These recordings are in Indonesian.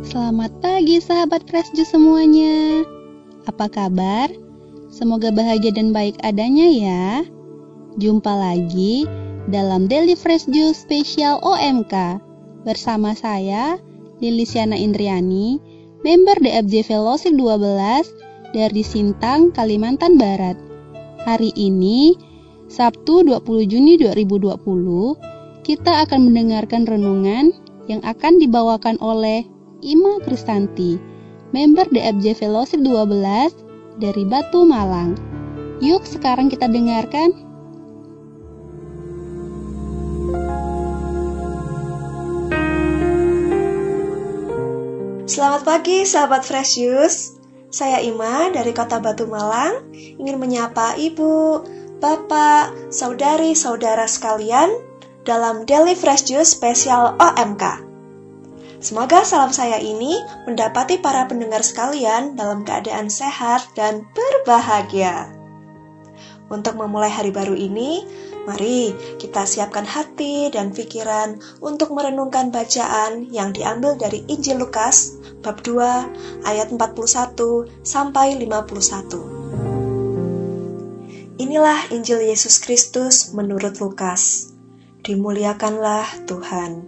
Selamat pagi sahabat Fresh Juice semuanya. Apa kabar? Semoga bahagia dan baik adanya ya. Jumpa lagi dalam Daily Fresh Juice spesial OMK bersama saya Liliana Indriani, member DFJ Fellowship 12 dari Sintang, Kalimantan Barat. Hari ini, Sabtu 20 Juni 2020, kita akan mendengarkan renungan yang akan dibawakan oleh Ima Kristanti, member DFJ Fellowship 12 dari Batu Malang. Yuk sekarang kita dengarkan. Selamat pagi sahabat Fresh Juice. Saya Ima dari kota Batu Malang, ingin menyapa ibu, bapak, saudari-saudara sekalian dalam Daily Fresh Juice spesial OMK. Semoga salam saya ini mendapati para pendengar sekalian dalam keadaan sehat dan berbahagia. Untuk memulai hari baru ini, mari kita siapkan hati dan pikiran untuk merenungkan bacaan yang diambil dari Injil Lukas, bab 2, ayat 41 sampai 51. Inilah Injil Yesus Kristus menurut Lukas. Dimuliakanlah Tuhan.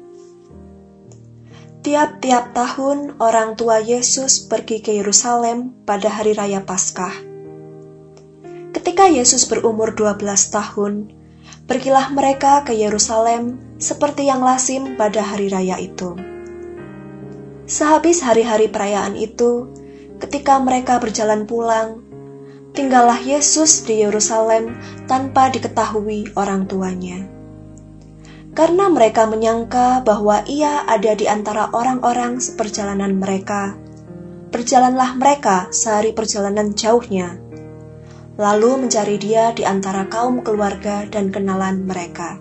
Tiap-tiap tahun orang tua Yesus pergi ke Yerusalem pada hari raya Paskah. Ketika Yesus berumur 12 tahun, pergilah mereka ke Yerusalem seperti yang lazim pada hari raya itu. Sehabis hari-hari perayaan itu, ketika mereka berjalan pulang, tinggallah Yesus di Yerusalem tanpa diketahui orang tuanya. Karena mereka menyangka bahwa ia ada di antara orang-orang seperjalanan mereka, berjalanlah mereka sehari perjalanan jauhnya, lalu mencari dia di antara kaum keluarga dan kenalan mereka.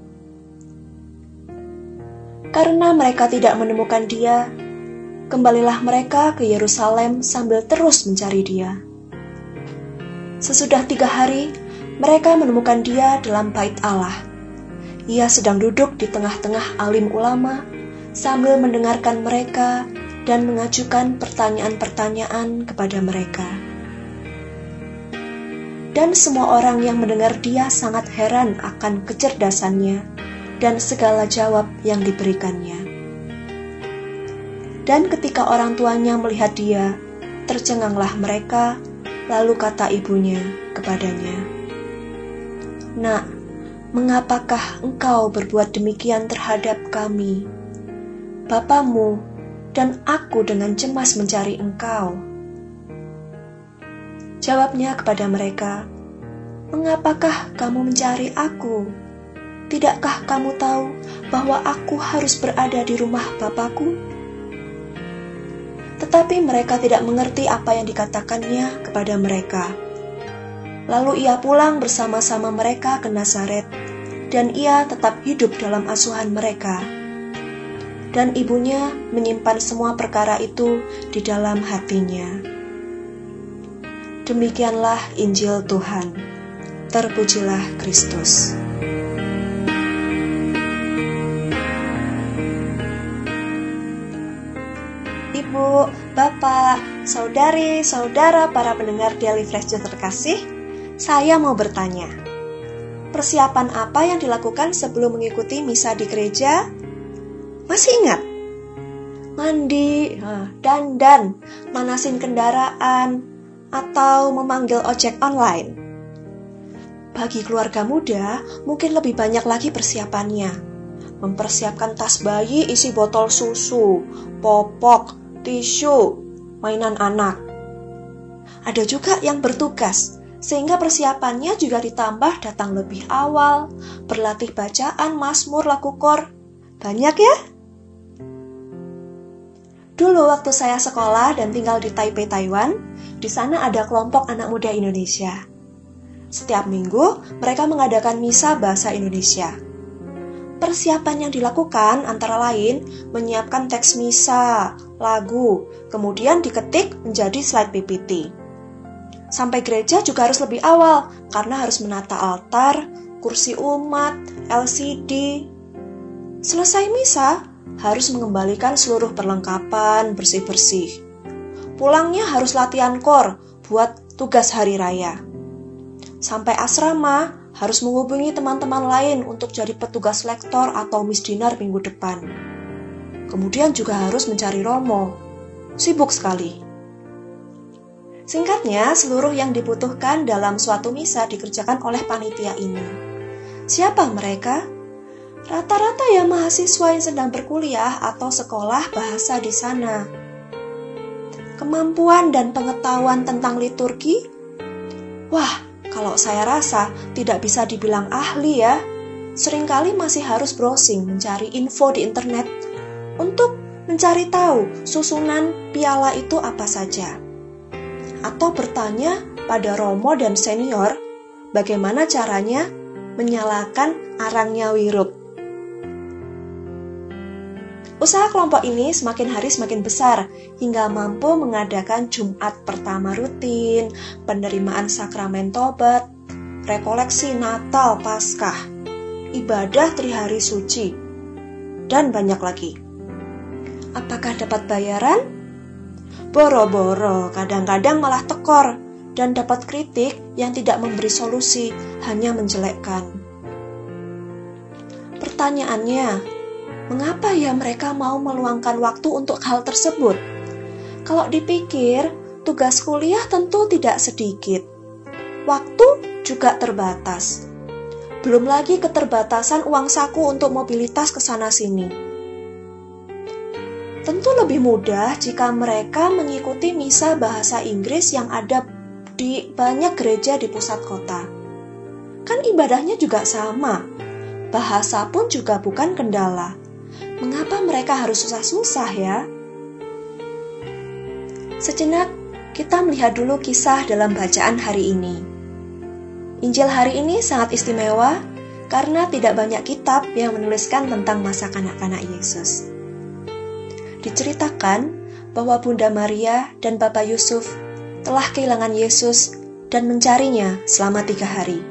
Karena mereka tidak menemukan dia, kembalilah mereka ke Yerusalem sambil terus mencari dia. Sesudah 3 hari, mereka menemukan dia dalam bait Allah. Ia sedang duduk di tengah-tengah alim ulama sambil mendengarkan mereka dan mengajukan pertanyaan-pertanyaan kepada mereka. Dan semua orang yang mendengar dia sangat heran akan kecerdasannya dan segala jawab yang diberikannya. Dan ketika orang tuanya melihat dia, tercenganglah mereka, lalu kata ibunya kepadanya, "Nak, mengapakah engkau berbuat demikian terhadap kami? Bapamu dan aku dengan cemas mencari engkau." Jawabnya kepada mereka, "Mengapakah kamu mencari aku? Tidakkah kamu tahu bahwa aku harus berada di rumah Bapakku?" Tetapi mereka tidak mengerti apa yang dikatakannya kepada mereka. Lalu ia pulang bersama-sama mereka ke Nazaret, dan ia tetap hidup dalam asuhan mereka. Dan ibunya menyimpan semua perkara itu di dalam hatinya. Demikianlah Injil Tuhan. Terpujilah Kristus. Ibu, bapak, saudari, saudara para pendengar Daily Fresh Juice terkasih, saya mau bertanya, persiapan apa yang dilakukan sebelum mengikuti misa di gereja? Masih ingat? Mandi, dandan, manasin kendaraan, atau memanggil ojek online. Bagi keluarga muda, mungkin lebih banyak lagi persiapannya. Mempersiapkan tas bayi isi botol susu, popok, tisu, mainan anak. Ada juga yang bertugas, sehingga persiapannya juga ditambah datang lebih awal, berlatih bacaan, mazmur, lagu kor. Banyak ya? Dulu waktu saya sekolah dan tinggal di Taipei, Taiwan, di sana ada kelompok anak muda Indonesia. Setiap minggu, mereka mengadakan misa bahasa Indonesia. Persiapan yang dilakukan antara lain menyiapkan teks misa, lagu, kemudian diketik menjadi slide PPT. Sampai gereja juga harus lebih awal, karena harus menata altar, kursi umat, LCD. Selesai misa, harus mengembalikan seluruh perlengkapan bersih-bersih. Pulangnya harus latihan kor buat tugas hari raya. Sampai asrama harus menghubungi teman-teman lain untuk jadi petugas lektor atau misdinar minggu depan. Kemudian juga harus mencari romo. Sibuk sekali. Singkatnya, seluruh yang dibutuhkan dalam suatu misa dikerjakan oleh panitia ini. Siapa mereka? Rata-rata ya mahasiswa yang sedang berkuliah atau sekolah bahasa di sana. Kemampuan dan pengetahuan tentang liturgi? Wah, kalau saya rasa tidak bisa dibilang ahli ya. Seringkali masih harus browsing mencari info di internet untuk mencari tahu susunan piala itu apa saja. Atau bertanya pada romo dan senior bagaimana caranya menyalakan arangnya wiruk. Usaha kelompok ini semakin hari semakin besar hingga mampu mengadakan Jumat pertama rutin, penerimaan sakramen tobat, rekoleksi Natal Paskah, ibadah Trihari Suci, dan banyak lagi. Apakah dapat bayaran? Boro-boro, kadang-kadang malah tekor dan dapat kritik yang tidak memberi solusi, hanya menjelekkan. Pertanyaannya, mengapa ya mereka mau meluangkan waktu untuk hal tersebut? Kalau dipikir, tugas kuliah tentu tidak sedikit. Waktu juga terbatas. Belum lagi keterbatasan uang saku untuk mobilitas ke sana-sini. Tentu lebih mudah jika mereka mengikuti misa bahasa Inggris yang ada di banyak gereja di pusat kota. Kan ibadahnya juga sama. Bahasa pun juga bukan kendala. Mengapa mereka harus susah-susah ya? Sejenak, kita melihat dulu kisah dalam bacaan hari ini. Injil hari ini sangat istimewa karena tidak banyak kitab yang menuliskan tentang masa kanak-kanak Yesus. Diceritakan bahwa Bunda Maria dan Bapak Yusuf telah kehilangan Yesus dan mencarinya selama 3 hari.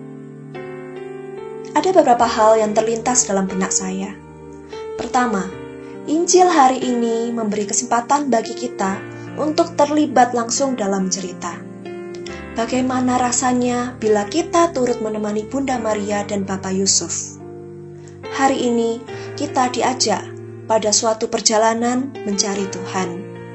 Ada beberapa hal yang terlintas dalam benak saya. Pertama, Injil hari ini memberi kesempatan bagi kita untuk terlibat langsung dalam cerita. Bagaimana rasanya bila kita turut menemani Bunda Maria dan Bapak Yusuf? Hari ini kita diajak pada suatu perjalanan mencari Tuhan.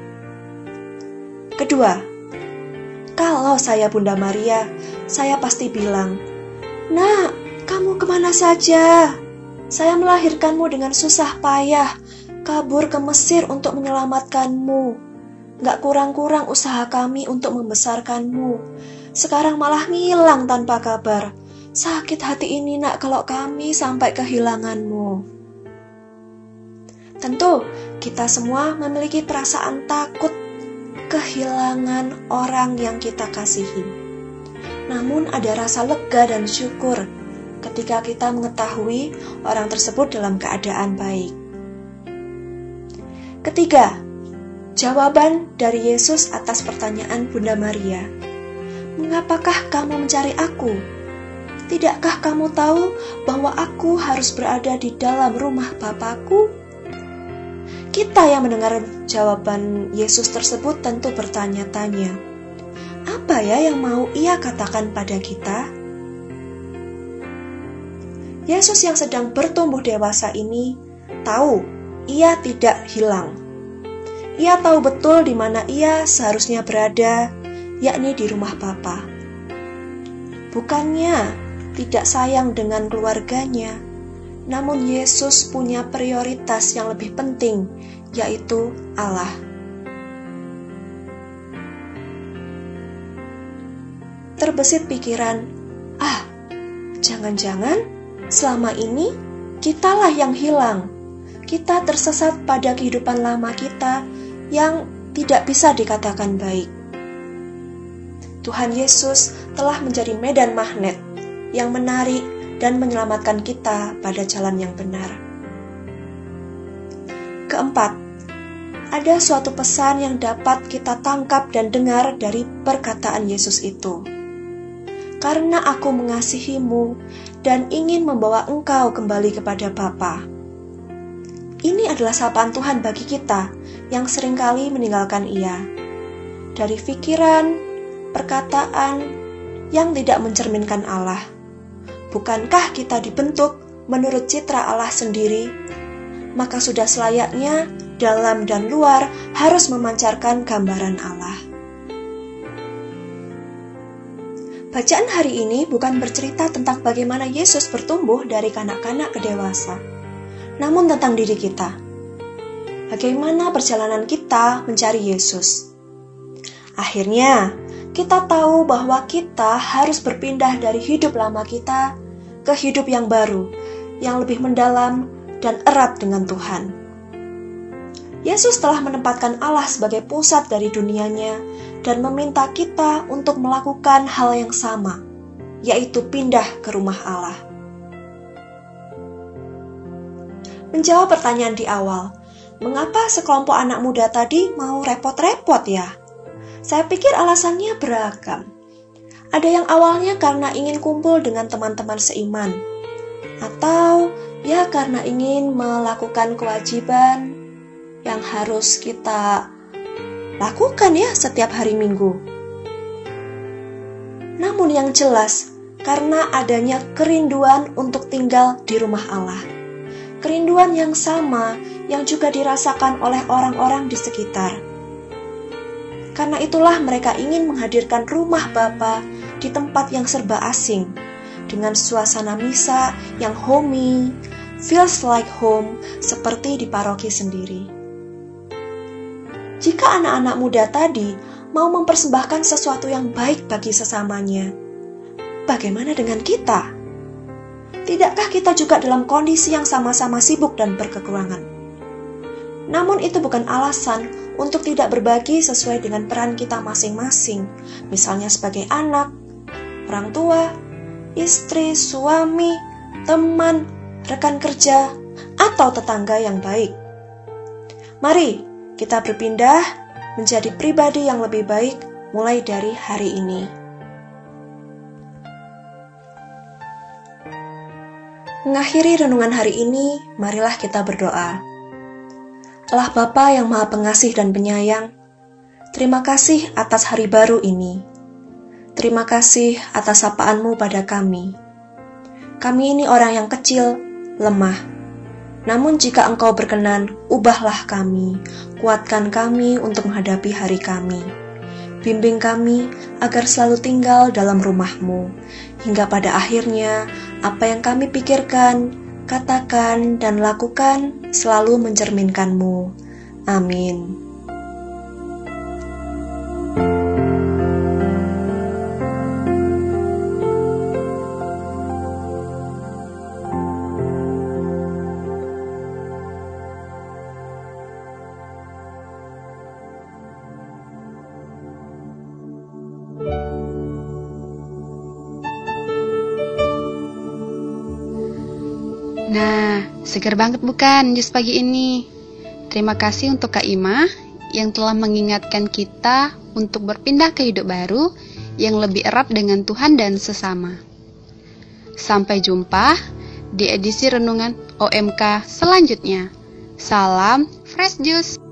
Kedua, kalau saya Bunda Maria, saya pasti bilang, "Nak, kamu kemana saja? Saya melahirkanmu dengan susah payah, kabur ke Mesir untuk menyelamatkanmu. Gak kurang-kurang usaha kami untuk membesarkanmu. Sekarang malah ngilang tanpa kabar. Sakit hati ini nak kalau kami sampai kehilanganmu." Tentu, kita semua memiliki perasaan takut kehilangan orang yang kita kasihi. Namun ada rasa lega dan syukur ketika kita mengetahui orang tersebut dalam keadaan baik. Ketiga, jawaban dari Yesus atas pertanyaan Bunda Maria. Mengapakah kamu mencari aku? Tidakkah kamu tahu bahwa aku harus berada di dalam rumah Bapakku? Kita yang mendengar jawaban Yesus tersebut tentu bertanya-tanya, apa ya yang mau ia katakan pada kita? Yesus yang sedang bertumbuh dewasa ini tahu ia tidak hilang. Ia tahu betul di mana ia seharusnya berada, yakni di rumah Bapa. Bukannya tidak sayang dengan keluarganya, namun Yesus punya prioritas yang lebih penting, yaitu Allah. Terbesit pikiran, jangan-jangan selama ini kitalah yang hilang. Kita tersesat pada kehidupan lama kita yang tidak bisa dikatakan baik. Tuhan Yesus telah menjadi medan magnet yang menarik dan menyelamatkan kita pada jalan yang benar. Keempat, ada suatu pesan yang dapat kita tangkap dan dengar dari perkataan Yesus itu. Karena aku mengasihimu dan ingin membawa engkau kembali kepada Bapa. Ini adalah sapaan Tuhan bagi kita yang seringkali meninggalkan Ia. Dari pikiran, perkataan yang tidak mencerminkan Allah. Bukankah kita dibentuk menurut citra Allah sendiri? Maka sudah selayaknya dalam dan luar harus memancarkan gambaran Allah. Bacaan hari ini bukan bercerita tentang bagaimana Yesus bertumbuh dari kanak-kanak ke dewasa, namun tentang diri kita. Bagaimana perjalanan kita mencari Yesus. Akhirnya, kita tahu bahwa kita harus berpindah dari hidup lama kita ke hidup yang baru, yang lebih mendalam dan erat dengan Tuhan. Yesus telah menempatkan Allah sebagai pusat dari dunianya dan meminta kita untuk melakukan hal yang sama, yaitu pindah ke rumah Allah. Menjawab pertanyaan di awal, mengapa sekelompok anak muda tadi mau repot-repot ya? Saya pikir alasannya beragam. Ada yang awalnya karena ingin kumpul dengan teman-teman seiman, atau ya karena ingin melakukan kewajiban yang harus kita lakukan ya setiap hari Minggu. Namun yang jelas, karena adanya kerinduan untuk tinggal di rumah Allah. Kerinduan yang sama yang juga dirasakan oleh orang-orang di sekitar. Karena itulah mereka ingin menghadirkan rumah Bapa di tempat yang serba asing, dengan suasana misa yang homey, feels like home, seperti di paroki sendiri. Jika anak-anak muda tadi mau mempersembahkan sesuatu yang baik bagi sesamanya, bagaimana dengan kita? Tidakkah kita juga dalam kondisi yang sama-sama sibuk dan berkekurangan? Namun itu bukan alasan untuk tidak berbagi sesuai dengan peran kita masing-masing, misalnya sebagai anak, orang tua, istri, suami, teman, rekan kerja, atau tetangga yang baik. Mari kita berpindah menjadi pribadi yang lebih baik mulai dari hari ini. Mengakhiri renungan hari ini, marilah kita berdoa. Allah Bapa yang Maha Pengasih dan Penyayang, terima kasih atas hari baru ini. Terima kasih atas sapaan-Mu pada kami. Kami ini orang yang kecil, lemah. Namun jika Engkau berkenan, ubahlah kami, kuatkan kami untuk menghadapi hari kami. Bimbing kami agar selalu tinggal dalam rumah-Mu, hingga pada akhirnya apa yang kami pikirkan, katakan, dan lakukan selalu mencerminkan-Mu. Amin. Nah, segar banget bukan jus pagi ini? Terima kasih untuk Kak Ima yang telah mengingatkan kita untuk berpindah ke hidup baru yang lebih erat dengan Tuhan dan sesama. Sampai jumpa di edisi renungan OMK selanjutnya. Salam Fresh Juice.